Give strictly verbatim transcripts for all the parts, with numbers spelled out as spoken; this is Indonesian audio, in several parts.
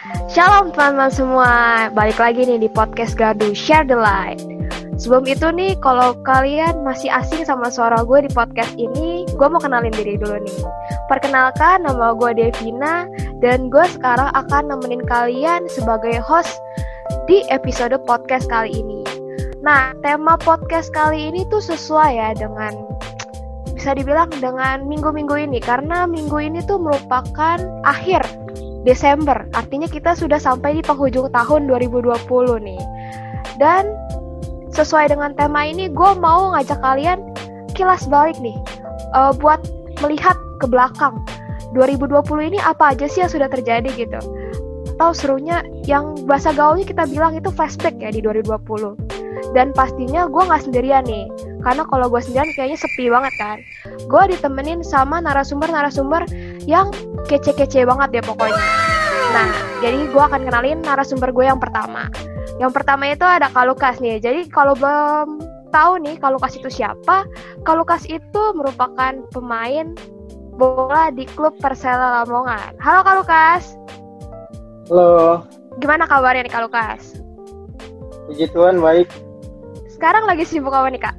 Shalom teman-teman semua, balik lagi nih di podcast Gaduh Share the Light. Sebelum itu nih, kalau kalian masih asing sama suara gue di podcast ini, gue mau kenalin diri dulu nih. Perkenalkan, nama gue Devina, dan gue sekarang akan nemenin kalian sebagai host di episode podcast kali ini. Nah, tema podcast kali ini tuh sesuai ya dengan, bisa dibilang dengan minggu-minggu ini, karena minggu ini tuh merupakan akhir Desember, artinya kita sudah sampai di penghujung tahun dua ribu dua puluh nih. Dan sesuai dengan tema ini, gue mau ngajak kalian kilas balik nih, uh, buat melihat ke belakang dua ribu dua puluh ini apa aja sih yang sudah terjadi gitu. Atau serunya yang bahasa gaulnya kita bilang itu flashback ya di dua ribu dua puluh. Dan pastinya gue gak sendirian nih, karena kalau gue sendirian kayaknya sepi banget kan. Gue ditemenin sama narasumber-narasumber yang kece-kece banget ya pokoknya. Nah, jadi gue akan kenalin narasumber gue yang pertama. Yang pertama itu ada Kak Lukas nih. Jadi kalau belum tahu nih Kak Lukas itu siapa, Kak Lukas itu merupakan pemain bola di klub Persela Lamongan. Halo Kak Lukas. Halo. Gimana kabarnya nih Kak Lukas? Puji Tuhan, baik. Sekarang lagi sibuk apa nih Kak?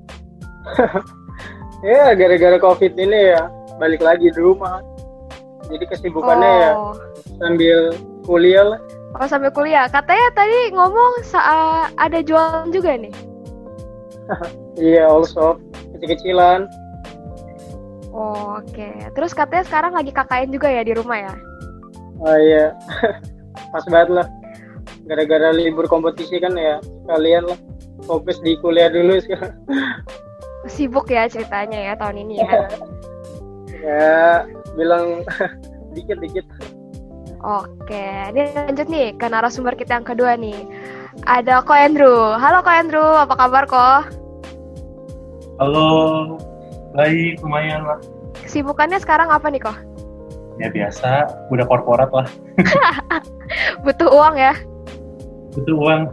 Ya, gara-gara COVID ini ya, balik lagi di rumah. Jadi kesibukannya oh. ya sambil kuliah lah. Oh, sambil kuliah. Katanya tadi ngomong saat ada jualan juga nih. Iya, also kecil-kecilan. Oh, oke. Okay. Terus katanya sekarang lagi K K N juga ya di rumah ya? Oh iya. Pas banget lah. Gara-gara libur kompetisi kan ya, kalian lah fokus di kuliah dulu sekarang. Sibuk ya ceritanya ya tahun ini ya. Ya, bilang dikit-dikit. Oke, ini lanjut nih ke narasumber kita yang kedua nih. Ada Ko Andrew. Halo Ko Andrew, apa kabar Ko? Halo, baik, lumayan lah. Kesibukannya sekarang apa nih Ko? Ya biasa, udah korporat lah. Butuh uang ya? Butuh uang.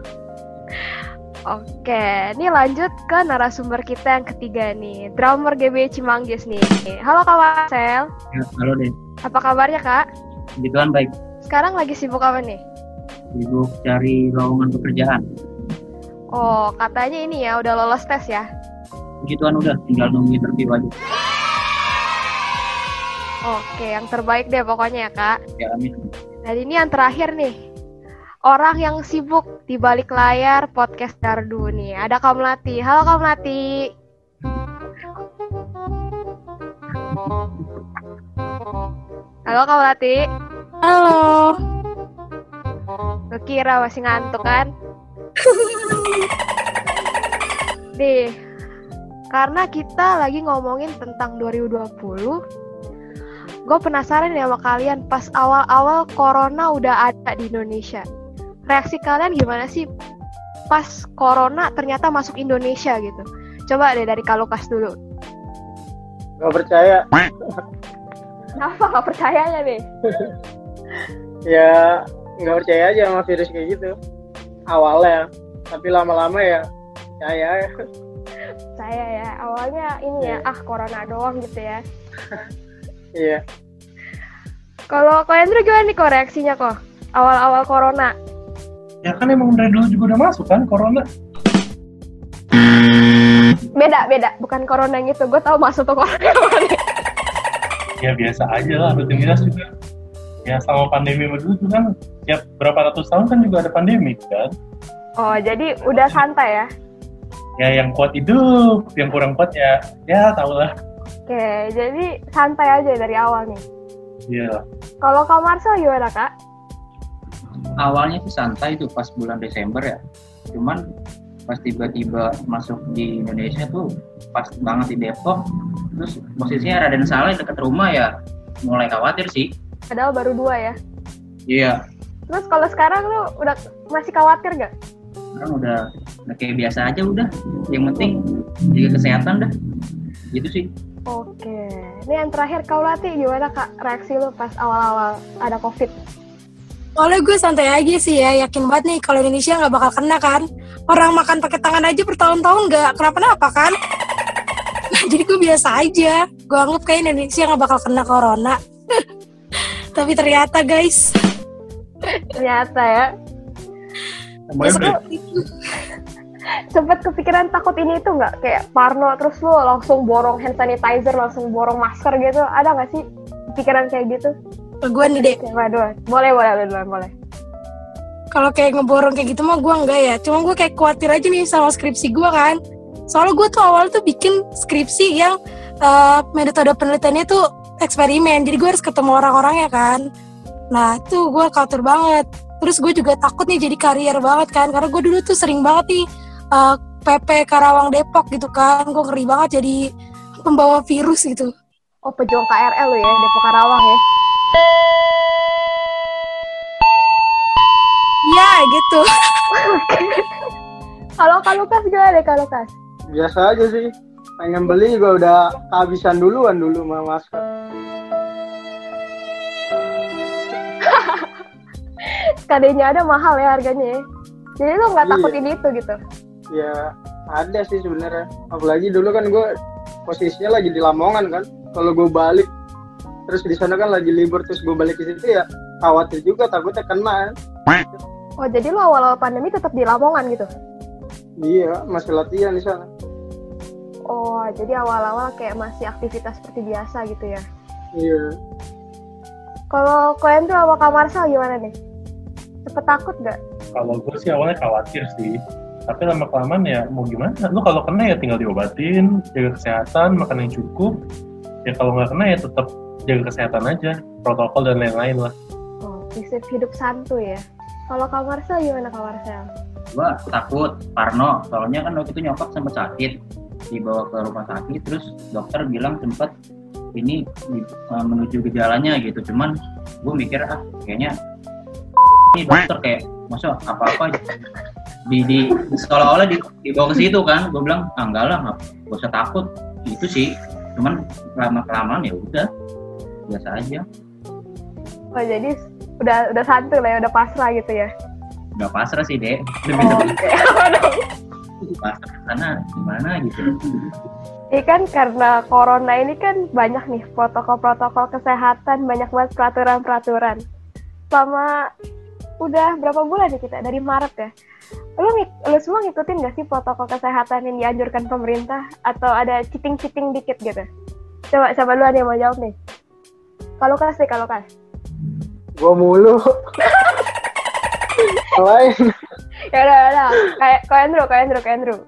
Oke, ini lanjut ke narasumber kita yang ketiga nih, drummer G B Cimanggis nih. Halo Kak Marcel. Ya, halo deh. Apa kabarnya Kak? Puji Tuhan baik. Sekarang lagi sibuk apa nih? Sibuk cari lowongan pekerjaan. Oh, katanya ini ya udah lolos tes ya? Puji Tuhan udah, tinggal nunggu interview aja. Oke, yang terbaik deh pokoknya ya Kak. Ya amin. Nah ini yang terakhir nih. Orang yang sibuk di balik layar podcast Dardu nih. Ada Kak Melati. Halo Kak Melati. Halo Kak Melati. Halo. Kekira masih ngantuk kan? Nih, karena kita lagi ngomongin tentang dua ribu dua puluh, gue penasaran nih sama kalian pas awal-awal corona udah ada di Indonesia. Reaksi kalian gimana sih pas corona ternyata masuk Indonesia gitu? Coba deh dari Kak Lukas dulu. Gak percaya. Kenapa gak percayanya nih? Ya gak percaya aja sama virus kayak gitu awalnya, tapi lama-lama ya percaya. Saya ya, awalnya ini ya, ah corona doang gitu ya. Iya. Kalau Ko Andrew gimana nih kok reaksinya kok awal-awal corona? Ya kan emang dari dulu juga udah masuk kan corona. Beda, beda. Bukan corona yang itu. Gue tahu masuk tuh corona. Ya biasa aja lah, rutinitas juga. Ya sama pandemi dulu juga kan, tiap berapa ratus tahun kan juga ada pandemi kan. Oh, jadi udah santai ya? Ya yang kuat hidup, yang kurang kuat ya, ya tau lah. Oke, jadi santai aja dari awal nih. Iya. Kalau Kak Marcel gimana Kak? Awalnya sih santai tuh pas bulan Desember ya, cuman pas tiba-tiba masuk di Indonesia tuh pas banget di Depok, terus posisinya Raden Saleh dekat rumah ya, mulai khawatir sih. Padahal baru dua ya? Iya. Terus kalau sekarang lu udah masih khawatir gak? Sekarang udah, udah kayak biasa aja udah, yang penting jaga kesehatan dah, gitu sih. Oke, ini yang terakhir Kak Melati gimana Kak reaksi lu pas awal-awal ada COVID? Soalnya gue santai aja sih ya, yakin banget nih kalau Indonesia nggak bakal kena kan. Orang makan pakai tangan aja bertahun-tahun nggak kenapa-napa kan. Nah, jadi gue biasa aja. Gue anggap kayak Indonesia nggak bakal kena corona. Tapi ternyata guys. Ternyata ya. Namanya Biasa break. itu. Sempet kepikiran takut ini itu nggak? Kayak parno terus lu langsung borong hand sanitizer, langsung borong masker gitu. Ada nggak sih pikiran kayak gitu? Gue nih deh, Coba duluan. Boleh, boleh, boleh, boleh. kalau kayak ngeborong kayak gitu mah gue enggak ya. Cuma gue kayak khawatir aja nih sama skripsi gue kan. Soalnya gue tuh awal tuh bikin skripsi yang uh, metode penelitiannya tuh eksperimen. Jadi gue harus ketemu orang-orangnya kan. Nah tuh gue khawatir banget. Terus gue juga takut nih jadi karier banget kan. Karena gue dulu tuh sering banget nih uh, P P Karawang Depok gitu kan. Gue ngeri banget jadi pembawa virus gitu. Oh, pejuang K R L lu ya, Depok Karawang ya. Ya gitu. Kalau Kak Lukas gimana deh Kak Lukas? Biasa aja sih. Pengen beli juga udah kehabisan duluan dulu sama masker. Kadenya ada mahal ya harganya ya. Jadi lu nggak Iya. takut ini itu gitu? Ya ada sih sebenarnya. Apalagi dulu kan gue posisinya lagi di Lamongan kan. Kalau gue balik terus di sana kan lagi libur terus gue balik ke situ ya khawatir juga takutnya kena. Oh, jadi lu awal-awal pandemi tetap di Lamongan gitu? Iya masih latihan di sana. Oh, jadi awal-awal kayak masih aktivitas seperti biasa gitu ya? Iya. Kalau kalian tuh sama Kak Marsal gimana nih? Cepet takut nggak? Kalau gue sih awalnya khawatir sih. Tapi lama kelamaan ya mau gimana? Lu kalau kena ya tinggal diobatin, jaga kesehatan, makan yang cukup. Ya kalau nggak kena ya tetap jaga kesehatan aja, protokol dan lain-lain lah. Oh, prinsip hidup santuy ya. Kalau Kak Marsal gimana Kak Marsal? Gua takut, parno, soalnya kan waktu itu nyokap sempat sakit, dibawa ke rumah sakit, terus dokter bilang sempat ini di, uh, menuju gejalanya gitu, cuman gue mikir ah kayaknya ini dokter kayak masa apa-apa di, di seolah-olah di, dibawa ke situ kan, gue bilang ah enggak lah, gak usah takut, itu sih, cuman lama-kelamaan ya udah biasa aja. Oh, jadi udah udah santuy lah ya, udah pasrah gitu ya? Udah pasrah sih dek, Oh, lebih oke. pasrah sana gimana gitu. Ini kan karena corona ini kan banyak nih protokol-protokol kesehatan, banyak banget peraturan-peraturan. Selama udah berapa bulan nih kita? Dari Maret ya? Lu, lu semua ngikutin gak sih protokol kesehatan yang dianjurkan pemerintah? Atau ada cheating-cheating dikit gitu? Coba, siapa duluan yang mau jawab nih? Kalau Kas nih, kalau Kas. Gue mulu. Lain. Ya udah, udah. Kayak kayak Andrew, kayak Andrew, kayak Andrew.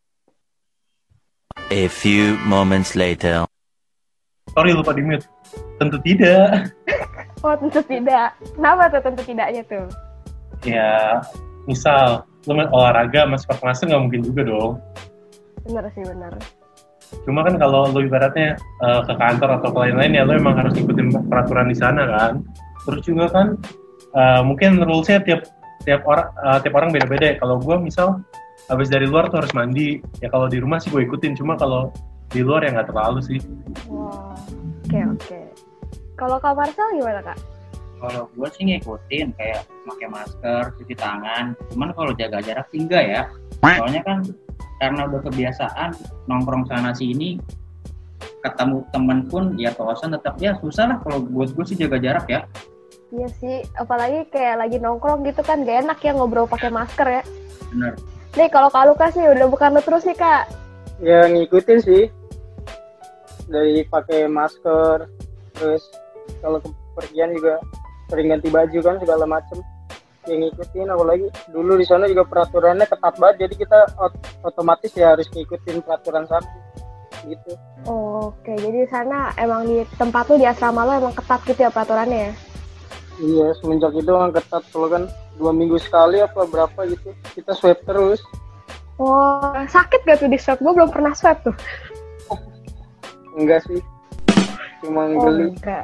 A few moments later. Sorry lupa di mute. Tentu tidak. Oh, tentu tidak. Kenapa tuh tentu tidaknya tuh? Ya misal lu main olahraga masih pakai masker nggak mungkin juga dong. Bener sih, bener. Cuma kan kalau lu ibaratnya uh, ke kantor atau ke lain-lain ya lu emang harus ikutin peraturan di sana kan. Terus juga kan uh, mungkin rulesnya tiap tiap orang uh, tiap orang beda-beda. Kalau gue misal habis dari luar tuh harus mandi. Ya kalau di rumah sih gue ikutin. Cuma kalau di luar ya nggak terlalu sih. Wow. Oke, okay, oke. Okay. Kalau Kak Marsal gimana Kak? Kalau gue sih ngikutin kayak pakai masker, cuci tangan. Cuman kalau jaga jarak sih enggak ya. Soalnya kan karena udah kebiasaan nongkrong sana sini, ketemu temen pun ya kosan tetap ya susah lah. Kalau buat gue sih jaga jarak ya. Iya sih, apalagi kayak lagi nongkrong gitu kan gak enak ya ngobrol pakai masker ya. Bener. Nih kalau Kak Lukas nih udah bukan lu terus nih Kak. Ya ngikutin sih. Dari pakai masker, terus kalau ke pergian juga sering ganti baju kan segala macem. Ya ngikutin, apalagi dulu di sana juga peraturannya ketat banget, jadi kita ot- otomatis ya harus ngikutin peraturan sana gitu. Oh, oke, jadi di sana emang di tempat lu di asrama lu emang ketat gitu ya peraturannya ya? Iya, semenjak itu kan ketat, kalau kan dua minggu sekali apa berapa gitu kita swab terus. Oh, sakit gak tuh di swab? Gue belum pernah swab tuh. Enggak sih, cuma Oh, geli. enggak.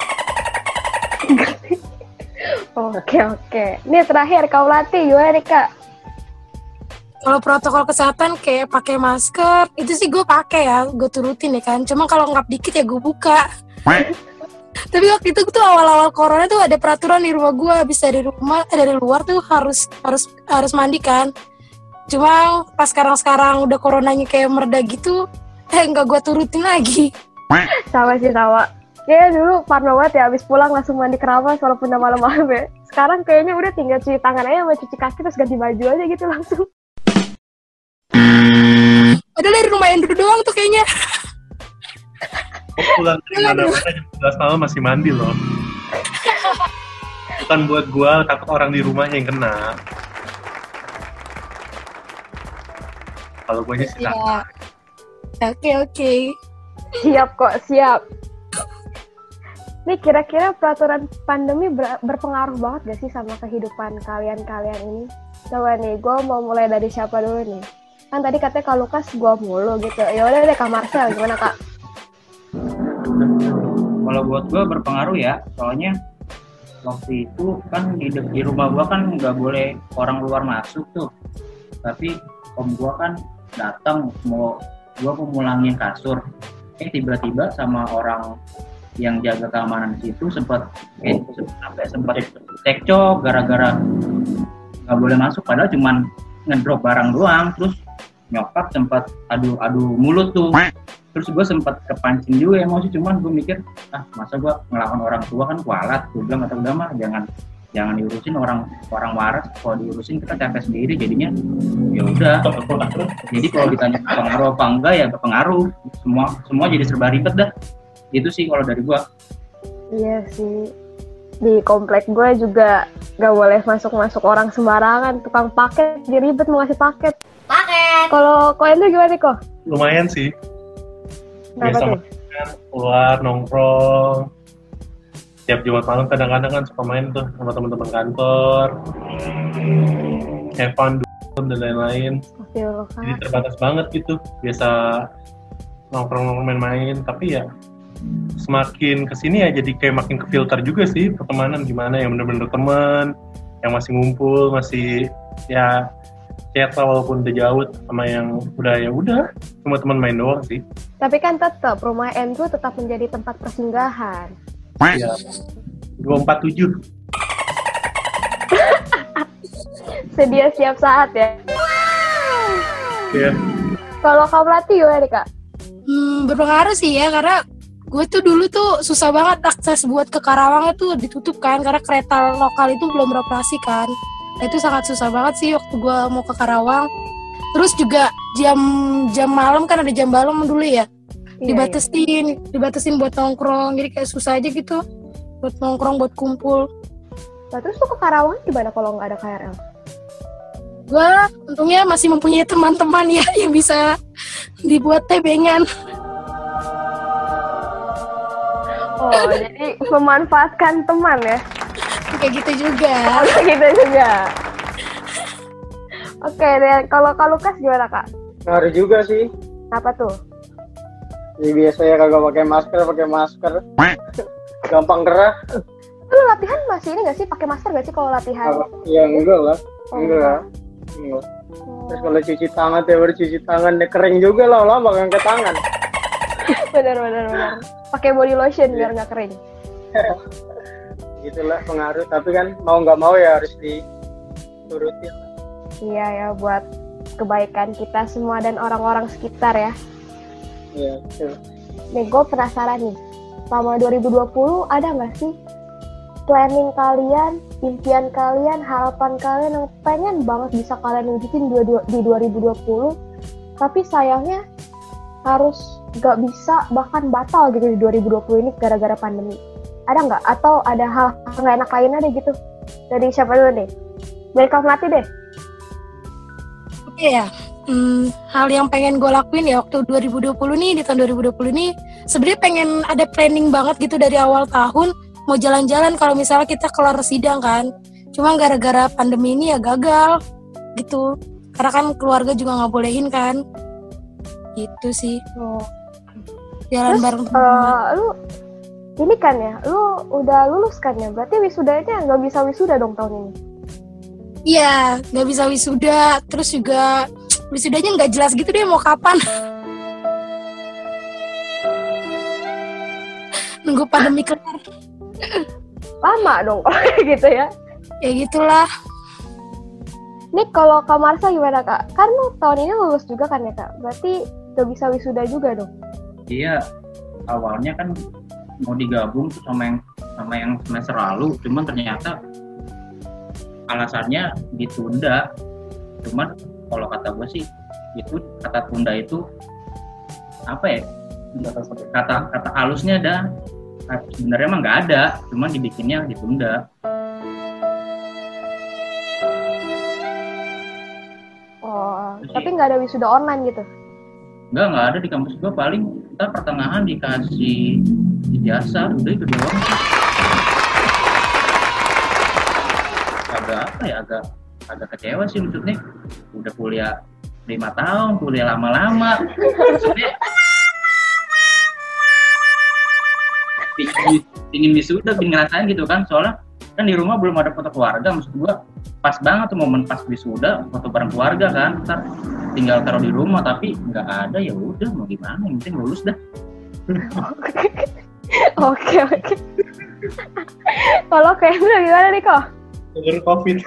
Oke, oke. Nih terakhir, Kak Ulati, gimana nih Kak? Kalau protokol kesehatan kayak pakai masker, itu sih gue pakai ya, gue turutin ya kan. Cuma kalau ngap dikit ya gue buka. Tapi waktu itu tuh awal-awal corona tuh ada peraturan di rumah gue, habis dari rumah, eh, dari luar tuh harus harus harus mandi kan. Cuma pas sekarang-sekarang udah coronanya kayak mereda gitu, eh nggak gue turutin lagi. Sama sih, sama. Ya dulu parno banget ya, abis pulang langsung mandi keramas walaupun udah malam-malam ya. sekarang kayaknya udah tinggal cuci tangan aja sama cuci kaki terus ganti baju aja gitu langsung. Padahal dari rumah Andrew doang tuh kayaknya. Gue pulang dari mana-mana jam sebelas malam masih mandi loh. Bukan buat gue, takut orang di rumahnya yang kena. Kalau gue aja sih Ya. tak. Oke oke. Siap kok, siap. Nih kira-kira peraturan pandemi ber- berpengaruh banget gak sih sama kehidupan kalian-kalian ini? Coba nih, gue mau mulai dari siapa dulu nih? Kan tadi katanya Kak Lukas gue mulu gitu. Ya udah deh Kak Marcel, gimana Kak? Kalau buat gue berpengaruh ya, soalnya waktu itu kan di, di rumah gue kan nggak boleh orang luar masuk tuh. Tapi om gue kan datang mau gue mau mulangin kasur. Eh tiba-tiba sama orang yang jaga keamanan di situ sempat eh, sampai sempat cekcok gara-gara nggak boleh masuk. Padahal cuman ngedrop barang doang. Terus nyokap sempat adu-adu mulut tuh. Terus gue sempat kepancing juga emosi, cuman gue mikir ah masa gue ngelawan orang tua kan kualat. Gue bilang atau udah mah jangan jangan diurusin orang orang waras, kalau diurusin kita capek sendiri jadinya. Ya udah. Jadi kalau ditanya pengaruh apa enggak ya berpengaruh. Semua semua jadi serba ribet dah. Gitu sih kalau dari gue. Iya sih. Di komplek gue juga gak boleh masuk-masuk orang sembarangan. Tukang paket, jadi ribet mau ngasih paket. Paket. Kalau kalian tuh gimana kok? Lumayan sih. Kenapa Biasa tuh? makan, keluar, nongkrong. Tiap Jumat malam kadang-kadang kan suka main tuh sama teman-teman kantor. Have fun, dan lain-lain. Astagfirullah, Kak. Jadi terbatas banget gitu. Biasa nongkrong-nongkrong main-main. Tapi ya semakin kesini ya jadi kayak makin kefilter juga sih pertemanan, gimana yang bener-bener teman, yang masih ngumpul, masih ya chat walaupun udah jauh, sama yang udah ya udah cuma teman main doang sih. Tapi kan tetap rumah Andrew tetap menjadi tempat persinggahan. Ya dua empat tujuh. Sedia siap saat ya. Ya. Kalau Kak Melati gimana nih Kak? Hmm, berpengaruh sih ya karena gue tuh dulu tuh susah banget akses buat ke Karawang itu ditutup kan karena kereta lokal itu belum beroperasi kan. Nah, itu sangat susah banget sih waktu gue mau ke Karawang. Terus juga jam jam malam kan ada jam malam dulu ya. Iya, Dibatasin, dibatasin buat nongkrong. Jadi kayak susah aja gitu buat nongkrong, buat kumpul. Nah, terus tuh ke Karawang gimana kalau nggak ada K R L? Gue untungnya masih mempunyai teman-teman ya yang bisa dibuat tebengan. Oh, jadi memanfaatkan teman ya? Kayak gitu juga. Oh, gitu juga. Oke, dan kalau Kak Lukas gimana Kak? Ngaruh juga sih. Apa tuh? Jadi biasanya kagak pakai masker, pakai masker. Gampang gerah. Lu latihan masih ini nggak sih? Pakai masker nggak sih kalau latihan? Ya enggak lah. Oh, Enggak. Enggak. Terus kalau cuci tangan, tiap hari cuci tangan, ya kering juga lah, lama gak angkat tangan. Benar, benar, benar. Pakai body lotion biar nggak kering. Gitulah pengaruh, tapi kan mau nggak mau ya harus diturutin. Iya ya, buat kebaikan kita semua dan orang-orang sekitar ya. Iya, betul. Nih, gue penasaran nih. Selama dua ribu dua puluh ada nggak sih planning kalian, impian kalian, harapan kalian yang pengen banget bisa kalian wujudin di dua ribu dua puluh, tapi sayangnya harus nggak bisa, bahkan batal gitu di dua ribu dua puluh ini gara-gara pandemi. Ada nggak? Atau ada hal nggak enak lainnya deh gitu? Dari siapa dulu nih? Dari Kak Melati deh. Oke ya, hmm, hal yang pengen gue lakuin ya waktu dua ribu dua puluh nih, di tahun dua ribu dua puluh ini sebenarnya pengen ada planning banget gitu dari awal tahun, mau jalan-jalan kalau misalnya kita kelar sidang kan. Cuma gara-gara pandemi ini ya gagal gitu, karena kan keluarga juga nggak bolehin kan. Gitu sih. Oh. Jalan Terus, bareng uh, lu ini kan ya, lu udah lulus kan ya? Berarti wisudanya nggak bisa wisuda dong tahun ini? Iya, nggak bisa wisuda. Terus juga wisudanya nggak jelas gitu deh mau kapan. Nunggu pandemi kelar. Lama dong kalau kayak gitu ya. Ya gitulah. Nih kalau Kak Marsa gimana Kak? Kan lu tahun ini lulus juga kan ya Kak? Berarti nggak bisa wisuda juga dong? Iya, awalnya kan mau digabung tuh sama yang sama yang semester lalu, cuman ternyata alasannya ditunda. Cuman kalau kata gue sih itu kata tunda itu apa ya, kata kata halusnya ada, sebenarnya emang nggak ada, cuman dibikinnya ditunda. Oh, tapi nggak ada wisuda online gitu? Nggak, nggak ada di kampus gue. Paling ntar pertengahan dikasih ijazah, udah itu doang. Agak apa ya, agak agak kecewa sih maksudnya. Udah kuliah lima tahun, kuliah lama-lama. Maksudnya pingin, pingin wisuda, pingin ngerasain gitu kan. Soalnya kan di rumah belum ada foto keluarga. Maksud gue pas banget tuh momen pas wisuda, foto bareng keluarga kan. Ntar tinggal taruh di rumah, tapi nggak ada, ya udah mau gimana, yang penting lulus dah. Oke oke. Kalau kayak lu gimana nih kok? Gara COVID.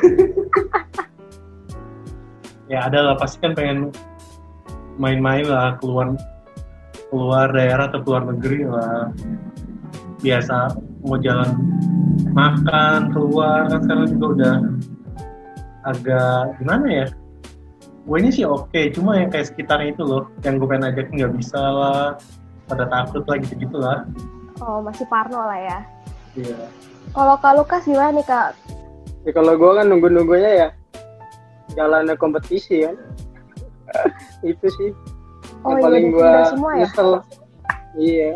Ya ada lah, pasti kan pengen main-main lah, keluar keluar daerah atau keluar negeri lah. Biasa mau jalan makan keluar kan sekarang juga udah agak gimana ya? Gue ini sih oke, okay. Cuma yang kayak sekitarnya itu loh, yang gue pengen ajakin nggak bisa lah, pada takut lah gitu-gitu lah. Oh, masih parno lah ya. Iya. Kalau Kak Lukas gimana nih Kak? Ya kalau gue kan nunggu-nunggunya ya jalannya kompetisi kan. Itu sih Oh yang iya, paling gue ditunda semua ya? nyesel. Iya,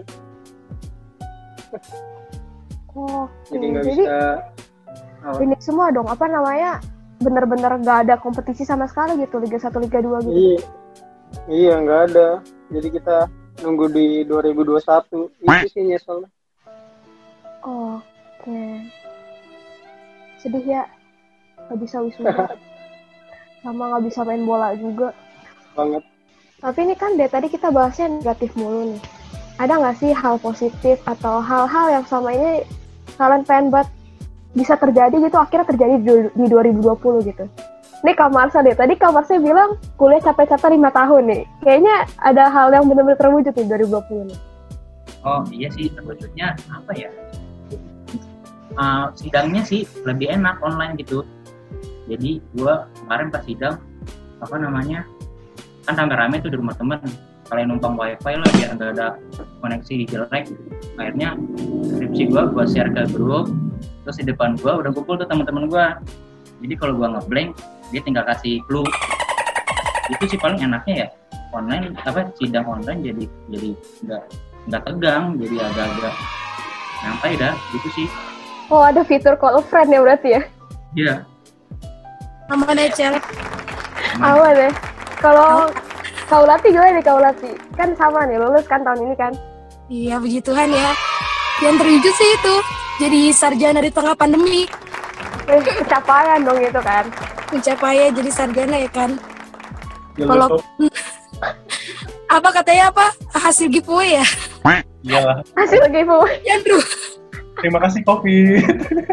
Oh, jadi nggak jadi bisa apa, ini semua dong, apa namanya, bener-bener nggak ada kompetisi sama sekali gitu, Liga satu, Liga dua gitu. iya iya nggak ada, jadi kita nunggu di dua ribu dua puluh satu. Itu sih nyesel. Oh, oke. Sedih ya, nggak bisa wisuda. Sama nggak bisa main bola juga. Banget. Tapi ini kan dari tadi kita bahasnya negatif mulu nih. Ada nggak sih hal positif atau hal-hal yang selama ini kalian pengen buat bisa terjadi gitu, akhirnya terjadi di, di dua ribu dua puluh gitu? Nih Kak Marsha deh, tadi Kak Marsha bilang kuliah capek-capek lima tahun nih. Kayaknya ada hal yang benar-benar terwujud di dua ribu dua puluh nih. Oh iya sih, terwujudnya apa ya? Uh, sidangnya sih lebih enak online gitu. Jadi gue kemarin pas sidang, apa namanya, kan rame-rame tuh di rumah temen, kalian numpang wifi lah biar nggak ada koneksi jelek. Akhirnya skripsi gue gue share ke grup, terus di depan gue udah kumpul tuh teman-teman gue. Jadi kalau gue ngeblank, dia tinggal kasih clue. Itu sih paling enaknya ya, online apa sidang online jadi jadi nggak nggak tegang, jadi agak-agak nyantai dah gitu sih. Oh, ada fitur call a friend ya berarti ya? Iya. Aman deh, Cel. Aman deh. Kalau Kaulati gimana nih Kaulati? Kan sama nih, lulus kan tahun ini kan? Iya, puji Tuhan ya. Yang terwujud sih itu, jadi sarjana di tengah pandemi. Eh, pencapaian dong itu kan? Pencapaian jadi sarjana ya kan? Ya, Kalau lu tuh, apa katanya apa? Hasil giveaway ya? iyalah. Hasil giveaway. Andrew. Terima kasih COVID.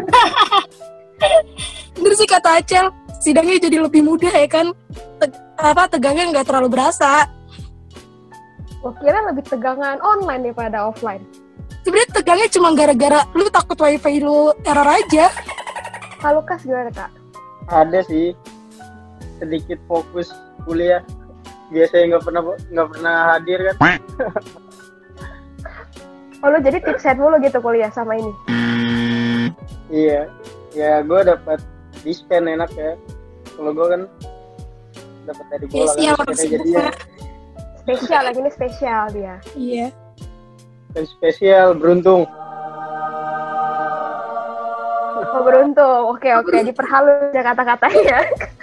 Bener sih kata Acel, sidangnya jadi lebih mudah ya kan? Te- apa tegangnya nggak terlalu berasa. Gue kira lebih tegangan online daripada offline. Sebenarnya tegangnya cuma gara-gara lu takut wifi lu error aja. Kak Lukas gimana Kak? Ada sih sedikit fokus kuliah. Biasanya nggak pernah nggak pernah hadir kan. Oh, lu jadi tipset mulu gitu kuliah sama ini? Iya, ya gue dapat dispen enak ya. Kalau gue kan dapat dari bola Spesial kan, orang dispennya sibuk jadinya ya. Spesial, lagi ini spesial dia. Iya. dan spesial beruntung. Oh, beruntung. Oke, oke. Diperhalus ya kata-katanya.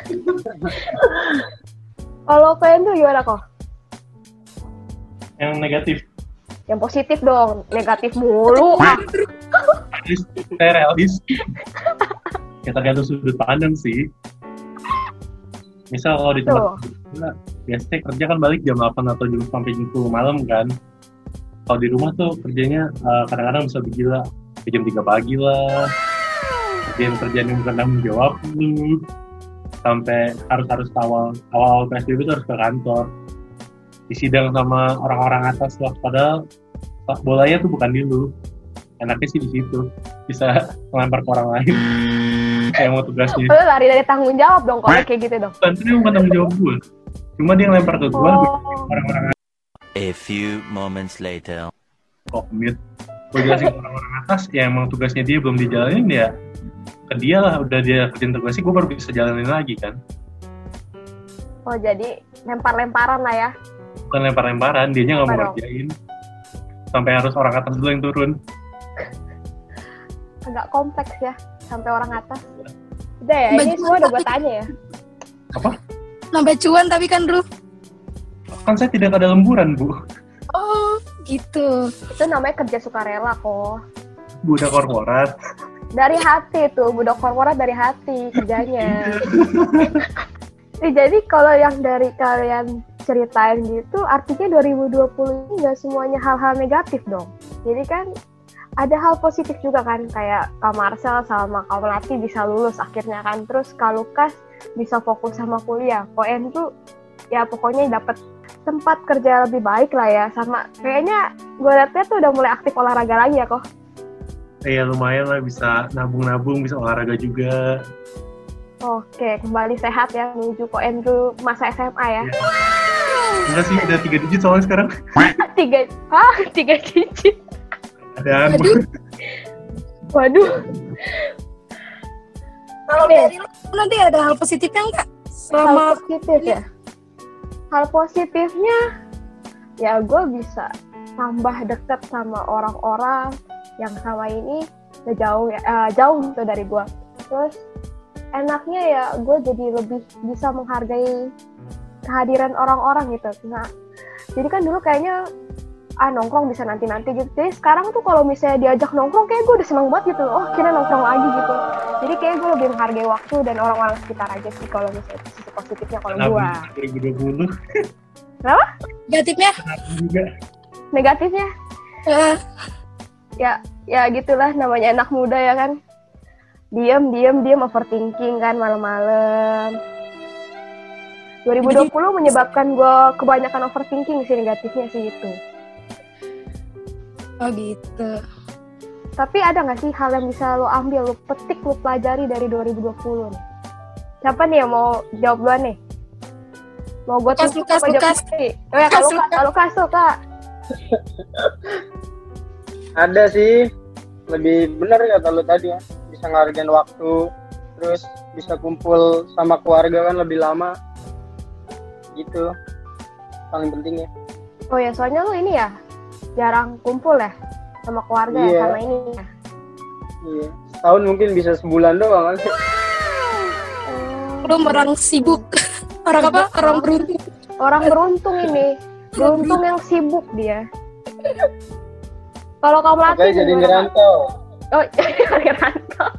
Kalau kalian tuh gimana kok? Yang negatif. Yang positif dong. Negatif mulu. Ah. Saya realis. Ya tergantung sudut pandang sih. Misal kalau di tempat kerja, biasanya kerja kan balik jam delapan atau jam sampai jam sepuluh malam kan. Kalau di rumah tuh kerjanya uh, kadang-kadang bisa gila, jam tiga pagi lah. Kerjaan-kerjaan yang bukan tanggung jawab lu. Sampai harus-harus awal awal P S B B itu harus ke kantor. Disidang sama orang-orang atas lah, padahal bolanya tuh bukan di lu. Enaknya sih di situ, bisa melempar ke orang lain. yang mau tugasnya. Lu lari dari tanggung jawab dong kalau kayak gitu dong. Kan itu bukan tanggung jawab gue. Cuma dia ngelempar ke gue, Oh. orang-orang A few moments later. komit. Gue jelasin ke orang-orang atas, ya emang tugasnya dia belum dijalanin ya. Ke dia lah, udah dia kerjain tugasnya, gue baru bisa jalanin lagi kan. Oh jadi lempar-lemparan lah ya. Bukan lempar-lemparan, dianya nggak mau Apa dong? ngerjain. Sampai harus orang atas dulu yang turun. Agak kompleks ya sampai orang atas. Udah ya, ini Baju- semua udah gue tanya ya. Apa? Nambah cuan tapi kan Ru. Kan saya tidak ada lemburan, Bu. Oh gitu. Itu namanya kerja sukarela kok. Budak korporat. Dari hati tuh, budak korporat dari hati kerjanya. Nih, jadi kalau yang dari kalian ceritain gitu, artinya dua ribu dua puluh ini nggak semuanya hal-hal negatif dong. Jadi kan ada hal positif juga kan, kayak Kak Marcel sama Kak Melati bisa lulus akhirnya kan. Terus Kak Lukas bisa fokus sama kuliah. Koen tuh ya pokoknya dapat tempat kerja lebih baik lah ya. Sama kayaknya gue liatnya tuh udah mulai aktif olahraga lagi ya kok. Iya lumayan lah, bisa nabung-nabung, bisa olahraga juga. Oke, kembali sehat ya menuju Koen tuh masa S M A ya. Enggak sih, udah tiga digit soalnya sekarang. Tiga, ah tiga digit. Ada Waduh. Waduh. Kalau Oke. dari lu nanti ada hal positifnya nggak? Hal Selama positif ya. Hal positifnya ya gue bisa tambah dekat sama orang-orang yang sama ini udah jauh ya, eh, jauh gitu dari gue. Terus enaknya ya gue jadi lebih bisa menghargai kehadiran orang-orang gitu. Nah, jadi kan dulu kayaknya ah nongkrong bisa nanti-nanti gitu. Jadi sekarang tuh kalau misalnya diajak nongkrong kayak gue udah seneng banget gitu. Oh kira nongkrong lagi gitu. Jadi kayak gue lebih menghargai waktu dan orang-orang sekitar aja sih kalau misalnya sisi positifnya kalau gue. dua ribu dua puluh. Kenapa? negatifnya? Nabung juga. Negatifnya? Eh, Ya, ya gitulah namanya anak muda ya kan. Diem, diem, diem overthinking kan malam-malam. dua ribu dua puluh menyebabkan gue kebanyakan overthinking sih, negatifnya sih gitu. oh gitu. Tapi ada nggak sih hal yang bisa lo ambil, lo petik, lo pelajari dari dua ribu dua puluh nih? Siapa nih yang mau jawab duluan nih? Mau gue Lukas, tutup Lukas, apa jawab Lukas. sendiri? Oh ya, Kak Lukas, Lukas, Kak Lukas tuh, Kak. Ada sih, lebih benar kata lu tadi ya, bisa ngargain waktu, terus bisa kumpul sama keluarga kan lebih lama, gitu, paling penting ya. Oh ya, soalnya lo ini ya, jarang kumpul ya sama keluarga ya, Iya. sama ini ya. Iya, setahun mungkin bisa sebulan doang kan. Belum orang sibuk. Orang apa? Orang beruntung. Orang beruntung ini, beruntung yang sibuk dia. Kalau kamu latih Makanya jadi ngerantau. Oh, ngerantau.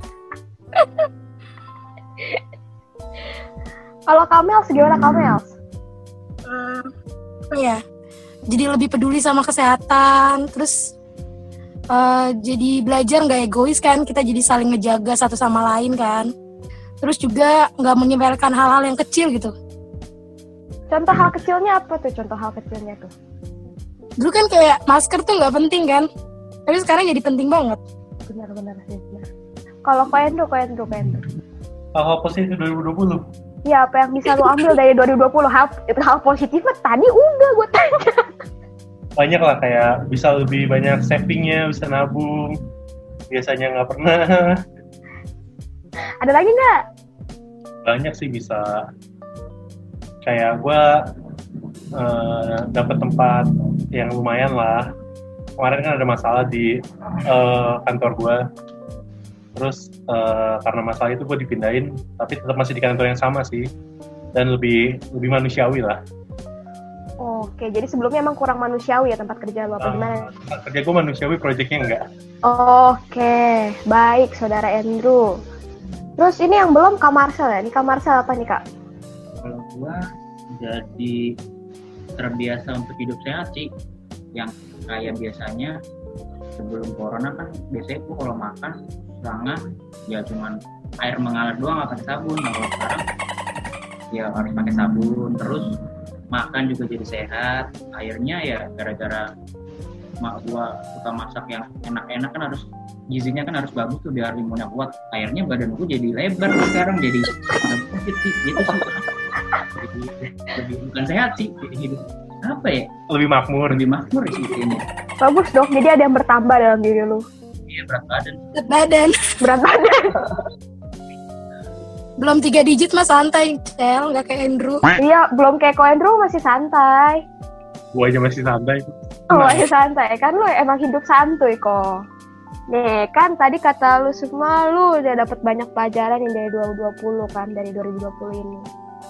Kalau Kamel gimana Kamel? Eh, apa ya? Jadi lebih peduli sama kesehatan, terus eh, jadi belajar nggak egois kan, kita jadi saling ngejaga satu sama lain kan. Terus juga nggak menyepelekan hal-hal yang kecil gitu. Contoh hal kecilnya apa tuh? Contoh hal kecilnya tuh? Dulu kan kayak masker tuh nggak penting kan, tapi sekarang jadi penting banget. Benar-benar sih. Benar. Kalau koen tuh, koen tuh, koen tuh. Hal positif dua ribu dua puluh. Ya apa yang bisa lu ambil dari dua ribu dua puluh? Hal, itu hal positifnya tadi udah gue tanya. Banyak lah, kayak bisa lebih banyak savingnya, bisa nabung. Biasanya nggak pernah. Ada lagi nggak? Banyak sih, bisa. Kayak gue uh, dapat tempat yang lumayan lah. Kemarin kan ada masalah di uh, kantor gue. Terus uh, karena masalah itu gue dipindahin, tapi tetap masih di kantor yang sama sih. Dan lebih lebih manusiawi lah. Oke, jadi sebelumnya emang kurang manusiawi ya tempat kerja lu apa gimana? Uh, kerja gue manusiawi, proyeknya enggak. Oke, baik saudara Andrew. Terus ini yang belum Kak Marcel ya? Ini Kak Marcel apa nih Kak? Kalau gua jadi terbiasa untuk hidup sehat sih, yang kayak biasanya sebelum corona kan biasanya gua kalau makan sangat ya cuman air mengalir doang nggak pakai sabun. Nah kalau sekarang ya harus pakai sabun, terus makan juga jadi sehat. Akhirnya ya gara-gara mak gua suka masak yang enak-enak kan harus gizinya kan harus bagus tuh biar imunnya kuat. Akhirnya badan gue jadi lebar sekarang, jadi sakit sih gitu sih. Jadi, lebih bukan sehat sih, jadi hidup apa ya? Lebih makmur. Lebih makmur sih kayaknya. Bagus dong, jadi ada yang bertambah dalam diri lu. Iya, berat badan. Berat badan. Berat badan. Belum tiga digit mah santai, Cel, nggak kayak Andrew. Iya, belum kayak Ko Andrew masih santai. Gua aja masih santai. Oh, masih santai. Kan lu emang hidup santuy kok. Nih, kan tadi kata lu semua lu udah dapat banyak pelajaran yang dari dua ribu dua puluh kan, dari dua ribu dua puluh ini.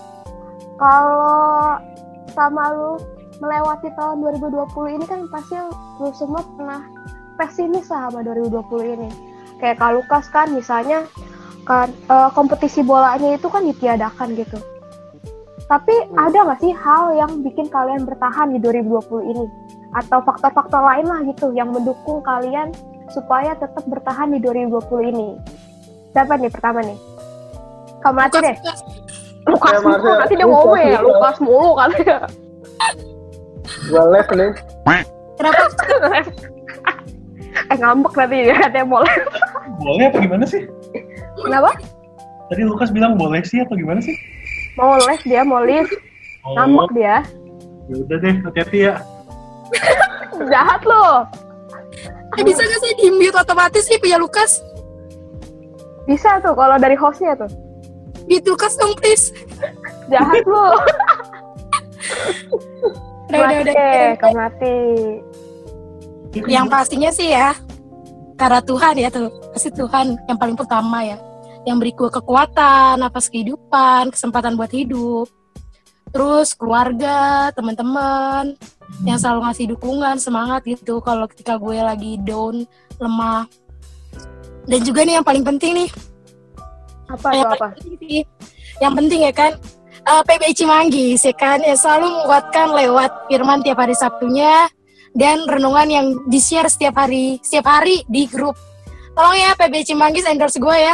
Kalau sama lu melewati tahun dua ribu dua puluh ini kan pasti lu semua pernah pesimis lah sama dua ribu dua puluh ini. Kayak Kak Lukas kan misalnya kan uh, kompetisi bolanya itu kan ditiadakan gitu. Tapi ada nggak sih hal yang bikin kalian bertahan di dua ribu dua puluh ini? Atau faktor-faktor lain lah gitu yang mendukung kalian supaya tetap bertahan di dua ribu dua puluh ini? Siapa nih pertama nih? Kamu Mati deh. Lukas Ya, mulu, Marcel. nanti dia ngomel ya. Lukas mulu kan ya. Gua live nih. Kenapa? Eh ngambek nanti dia katanya mau live. Boleh apa gimana sih? Kenapa? Tadi Lukas bilang boleh sih atau gimana sih? Mau live dia, mau live. Ngambek dia. Ya udah deh, hati-hati ya. Jahat loh. Eh, bisa nggak sih di-mute otomatis sih punya Lukas? Bisa tuh kalau dari hostnya tuh. Mute Lukas dong, please. Jahat loh. Udah, udah, udah. Mati, kamu mati. Yang pastinya sih ya, karena Tuhan ya tuh. Pasti Tuhan yang paling pertama ya. Yang beri gue kekuatan, napas kehidupan, kesempatan buat hidup. Terus keluarga, teman-teman yang selalu ngasih dukungan, semangat gitu kalau ketika gue lagi down, lemah. Dan juga nih yang paling penting nih, Apa yang tuh apa? paling penting sih, yang penting ya kan, uh, P B I Cimanggis ya kan, ya selalu menguatkan lewat firman tiap hari Sabtunya dan renungan yang di-share setiap hari, setiap hari di grup. Tolong ya P B I Cimanggis endorse gue ya.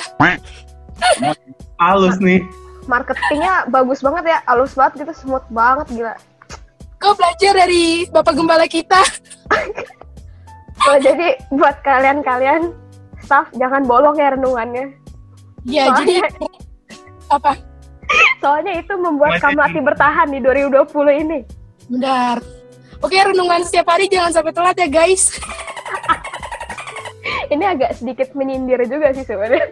Halus nih. Marketingnya bagus banget ya, halus banget gitu, smooth banget gila. Gue belajar dari Bapak Gembala kita. Oh, jadi buat kalian-kalian staff jangan bolong ya renungannya. Ya Soalnya- jadi apa? Soalnya itu membuat Mulai kamu dari- hati bertahan di dua ribu dua puluh ini. Benar. Oke, renungan setiap hari jangan sampai telat ya guys. Ini agak sedikit menyindir juga sih sebenarnya.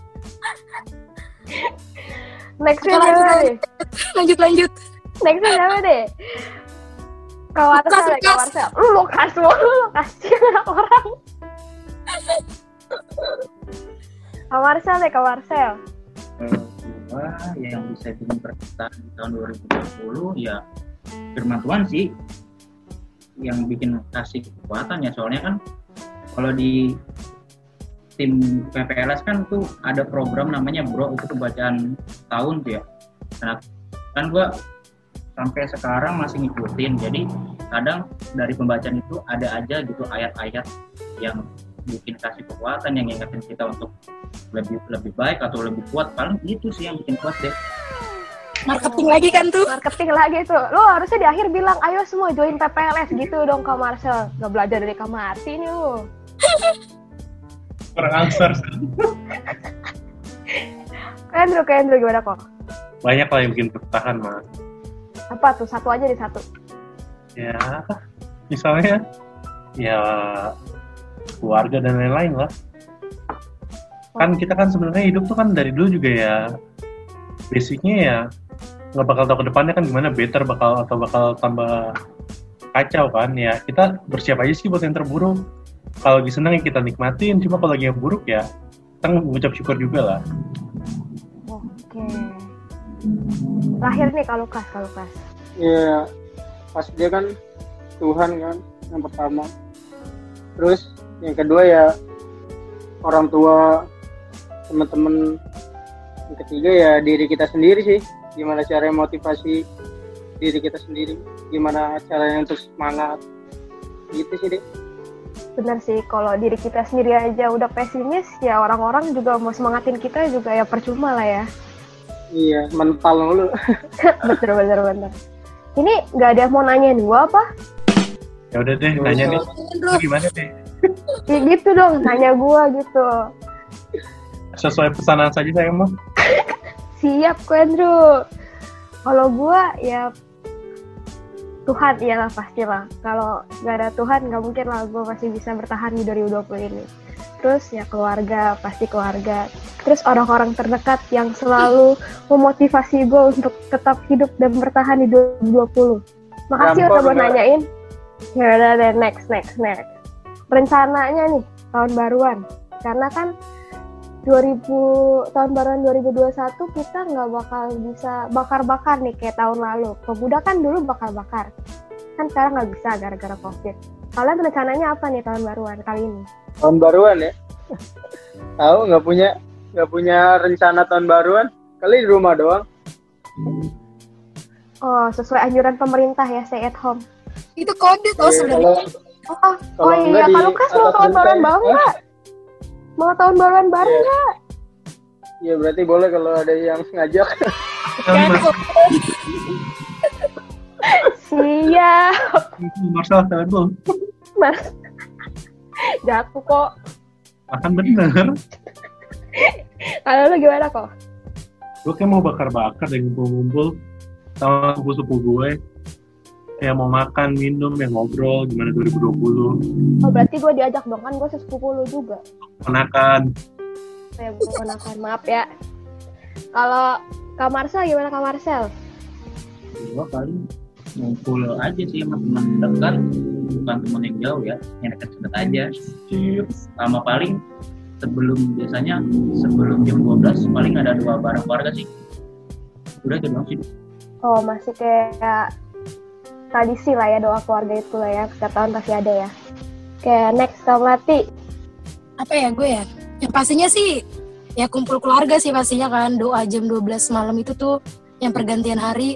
Nextnya Oke, siapa lanjut, deh? Lanjut lanjut. Nextnya siapa deh? Kawarsel Lukas, deh, Lukas. Kawarsel. Lu Lukas mulu, lu kasihan orang. Kawarsel deh, Kawarsel. Kedua yang bisa bikin bertahan di tahun dua ribu dua puluh ya firman Tuhan sih yang bikin kasih kekuatan ya, soalnya kan kalau di tim P P L S kan tuh ada program namanya Bro, itu pembacaan tahun tuh ya. Nah kan gua sampai sekarang masih ngikutin, jadi kadang dari pembacaan itu ada aja gitu ayat-ayat yang bikin kasih kekuatan, yang ngingetin kita untuk lebih lebih baik atau lebih kuat. Paling itu sih yang bikin kuat deh. Marketing lagi kan tuh. Marketing lagi tuh. Lu harusnya di akhir bilang, ayo semua join P P L S gitu dong, Kak Marcel. Gak belajar dari Kak Marti nih lu. Kurang answer. Kayak Andrew, kayak Andrew gimana kok? Banyak lah yang bikin bertahan, Mas. Apa tuh? Satu aja di satu. Ya, misalnya ya keluarga dan lain-lain lah. Kan kita kan sebenarnya hidup tuh kan dari dulu juga ya basicnya ya nggak bakal tahu ke depannya kan gimana, better bakal atau bakal tambah kacau kan ya. Kita bersiap aja sih buat yang terburuk. Kalau lagi senang ya kita nikmatin, cuma kalau lagi yang buruk ya kita mengucap syukur juga lah. Oke. Terakhir nih kalau Lukas, kalau Lukas. Ya pas dia kan Tuhan kan yang pertama, terus yang kedua ya orang tua, teman-teman, yang ketiga ya diri kita sendiri sih, gimana cara motivasi diri kita sendiri, gimana caranya untuk semangat gitu sih deh. Bener sih, kalau diri kita sendiri aja udah pesimis, ya orang-orang juga mau semangatin kita juga ya percuma lah ya. Iya, mental mulu. Bener, bener, bener. Ini nggak ada yang mau nanyain gua apa? Ya udah deh, Nggak nanya usah. nih, Andrew, lu gimana deh? Ya gitu dong, tanya gue gitu. Sesuai pesanan saja saya mah. Siap, Ko Andrew. Kalau gue ya Tuhan, iyalah pastilah. Kalau nggak ada Tuhan, nggak mungkin lah gue masih bisa bertahan di dua ribu dua puluh ini. Terus ya keluarga, pasti keluarga. Terus orang-orang terdekat yang selalu memotivasi gue untuk tetap hidup dan bertahan di dua ribu dua puluh. Makasih udah mau nanyain. Ya udah deh, next, next, next. Rencananya nih, tahun baruan. Karena kan dua ribu tahun baruan dua ribu dua puluh satu kita nggak bakal bisa bakar-bakar nih kayak tahun lalu. Pemuda kan dulu bakar-bakar, kan sekarang nggak bisa gara-gara COVID. Kalian rencananya apa nih tahun baruan kali ini? Tahun baruan ya? Tahu nggak punya nggak punya rencana tahun baruan? Kali di rumah doang. Oh, sesuai anjuran pemerintah ya, stay at home. Itu kode tuh Eh, sebenarnya. Oh, Kalau oh iya, enggak di kalau Lukas mau atas tahun baruan genteng. bareng nggak? Mau tahun baruan bareng nggak? Ya berarti boleh kalau ada yang ngajak. Siap, Marcel telepon. Mas. Jatuh kok. Akan bener. Kalau lu gimana kok? Gue kayak mau bakar-bakar dan ngumpul-ngumpul sama sepupu-sepupu gue. Kayak mau makan, minum, ya ngobrol gimana dua ribu dua puluh. Oh berarti gue diajak dong, kan gue sesepupu lu juga. Menakan. Saya bukan ponakan, maaf ya. Kalau Kak Marcel gimana Kak Marcel? Gue paling ngumpul aja sih sama teman dekat, bukan teman yang jauh ya, yang dekat-dekat aja. Sama paling sebelum biasanya sebelum jam dua belas paling ada dua bareng keluarga sih. Udah itu doang sih. Oh masih kayak tradisi lah ya, doa keluarga itu lah ya, setiap tahun pasti ada ya. Kayak next Kak Melati. Apa ya gue ya? Yang pastinya sih ya kumpul keluarga sih pastinya kan, doa jam dua belas malam itu tuh yang pergantian hari.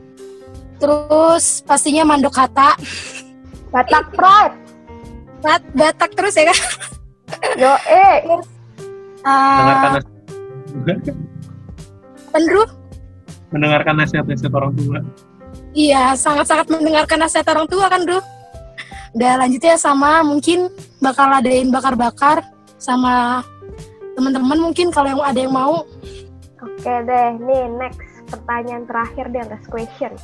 Terus pastinya mandok kata. Batak Pride. Bat, Batak terus ya kan? Yo eh. Mendengarkan Uh, nasihat. Pendru? Mendengarkan nasihat-nasihat orang tua. Iya, sangat-sangat mendengarkan nasihat orang tua kan, Bro. Udah lanjutnya sama mungkin bakal adain bakar-bakar sama teman-teman mungkin kalau yang ada yang mau. Oke deh, nih next pertanyaan terakhir deh, last question.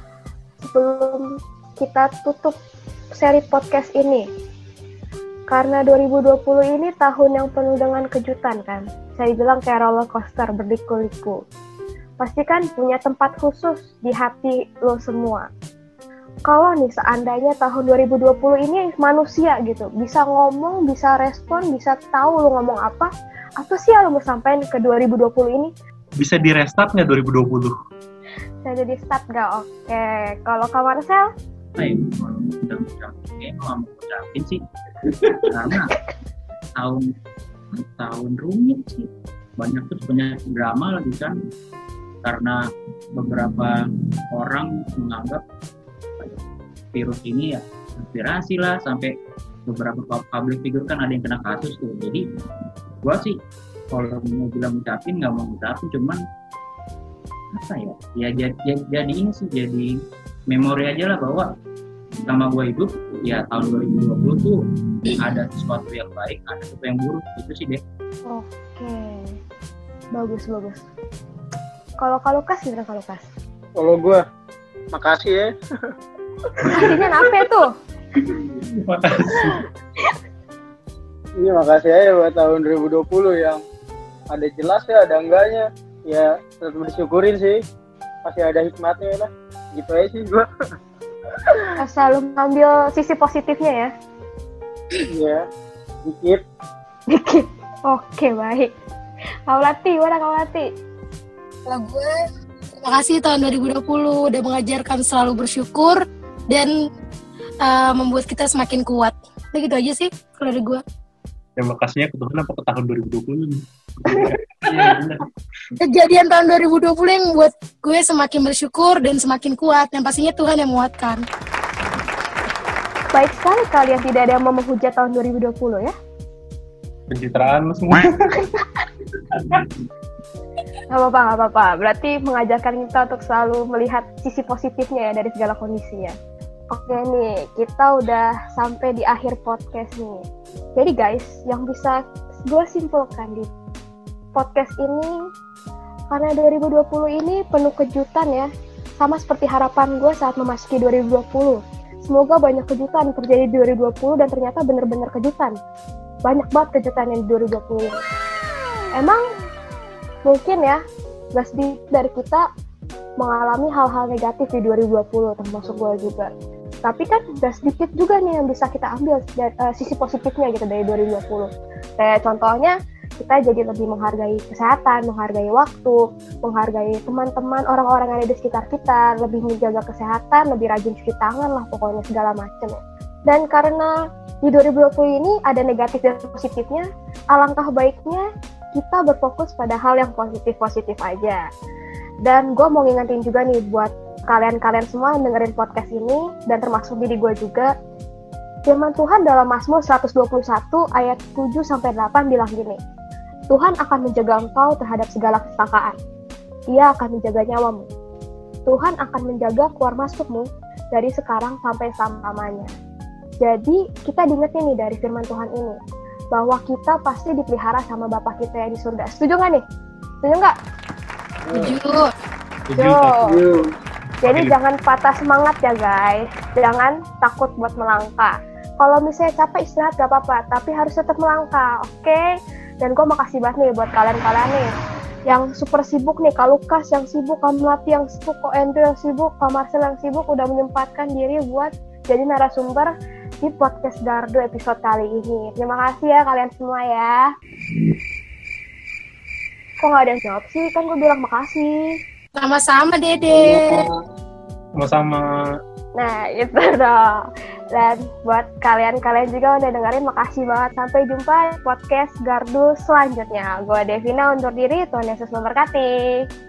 Sebelum kita tutup seri podcast ini, karena dua ribu dua puluh ini tahun yang penuh dengan kejutan kan, saya bilang kayak roller coaster berliku-liku. Pasti kan punya tempat khusus di hati lo semua. Kalau nih seandainya tahun dua ribu dua puluh ini manusia gitu, bisa ngomong, bisa respon, bisa tahu lo ngomong apa, apa sih yang lo mau sampaikan ke dua ribu dua puluh ini? Bisa di restart nggak dua ribu dua puluh? Saya jadi start gak? Oke, kalau Kak Marcel? Ayo, kalau udah ucapin, kayaknya mau ucapin sih. Karena tahun tahun rumit sih. Banyak tuh banyak drama lagi kan. Karena beberapa orang menganggap virus ini ya konspirasi lah, sampai beberapa public figure kan ada yang kena kasus tuh. Jadi gua sih kalau mau bilang ucapin nggak mau ucapin, cuman apa ya ya jadi, jadi ini sih jadi memori aja lah bahwa sama gua hidup ya tahun dua ribu dua puluh tuh ada sesuatu yang baik, ada sesuatu yang buruk, itu sih deh. Oke, bagus bagus. Kalau kalau Lukas gimana kalau Lukas? Kalau gue, makasih ya. Artinya apa tuh? Makasih. Iya makasih aja buat tahun dua ribu dua puluh yang ada jelas ya, ada enggaknya. Ya tetap disyukurin sih. Pasti ada hikmatnya lah. Gitu aja sih gue. Selalu ngambil sisi positifnya ya. Iya, dikit. Dikit. Oke baik. Kak Melati, mana Kak Melati? Kalau gue, terima kasih tahun dua ribu dua puluh udah mengajarkan selalu bersyukur dan uh, membuat kita semakin kuat. Udah gitu aja sih kalau dari gue. Terima kasihnya ke Tuhan apa ke tahun dua ribu dua puluh nih? Iya benar. Kejadian tahun dua ribu dua puluh yang buat gue semakin bersyukur dan semakin kuat, dan pastinya Tuhan yang menguatkan. Baik sekali kalian, tidak ada yang mau menghujat tahun dua ribu dua puluh ya. Pencitraan lu semua. Gak apa-apa, gak apa-apa. Berarti mengajarkan kita untuk selalu melihat sisi positifnya ya dari segala kondisinya. Oke nih, kita udah sampai di akhir podcast nih. Jadi guys, yang bisa gue simpulkan di podcast ini, karena dua ribu dua puluh ini penuh kejutan ya, sama seperti harapan gue saat memasuki dua ribu dua puluh. Semoga banyak kejutan terjadi di dua ribu dua puluh dan ternyata benar-benar kejutan. Banyak banget kejutan yang di dua ribu dua puluh ini. Emang mungkin ya, gak sedikit dari kita mengalami hal-hal negatif di dua ribu dua puluh, termasuk gue juga. Tapi kan gak sedikit juga nih yang bisa kita ambil dari, uh, sisi positifnya gitu dari dua ribu dua puluh. Kayak contohnya, kita jadi lebih menghargai kesehatan, menghargai waktu, menghargai teman-teman, orang-orang yang ada di sekitar kita, lebih menjaga kesehatan, lebih rajin cuci tangan lah, pokoknya segala macam ya. Dan karena di dua ribu dua puluh ini ada negatif dan positifnya, alangkah baiknya kita berfokus pada hal yang positif-positif aja. Dan gue mau ngingetin juga nih buat kalian-kalian semua yang dengerin podcast ini, dan termasuk diri gue juga, firman Tuhan dalam Mazmur seratus dua puluh satu ayat tujuh sampai delapan bilang gini, Tuhan akan menjaga engkau terhadap segala kecelakaan. Ia akan menjaga nyawamu. Tuhan akan menjaga keluar masukmu dari sekarang sampai selama-lamanya. Jadi kita diingetin nih dari firman Tuhan ini, bahwa kita pasti dipelihara sama Bapa kita yang di surga. Setuju nggak nih? Setuju nggak? Setuju. Setuju. Jadi Oke. jangan patah semangat ya guys, jangan takut buat melangkah. Kalau misalnya capek istirahat gak apa-apa, tapi harus tetap melangkah, oke? Okay? Dan gue makasih banget nih buat kalian-kalian nih yang super sibuk nih, Kak Lukas yang sibuk, Kak Melati yang sibuk, Kak Andrew yang sibuk, Kak Marcel yang sibuk, udah menyempatkan diri buat jadi narasumber di podcast Gardu episode kali ini. Terima kasih ya kalian semua ya. Kok gak ada yang jawab sih? Kan gue bilang makasih. Sama-sama, Dede. Sama-sama. Nah, itu dong. Dan buat kalian-kalian juga udah dengerin, makasih banget. Sampai jumpa di podcast Gardu selanjutnya. Gue Devina undur diri, Tuhan Yesus memberkati.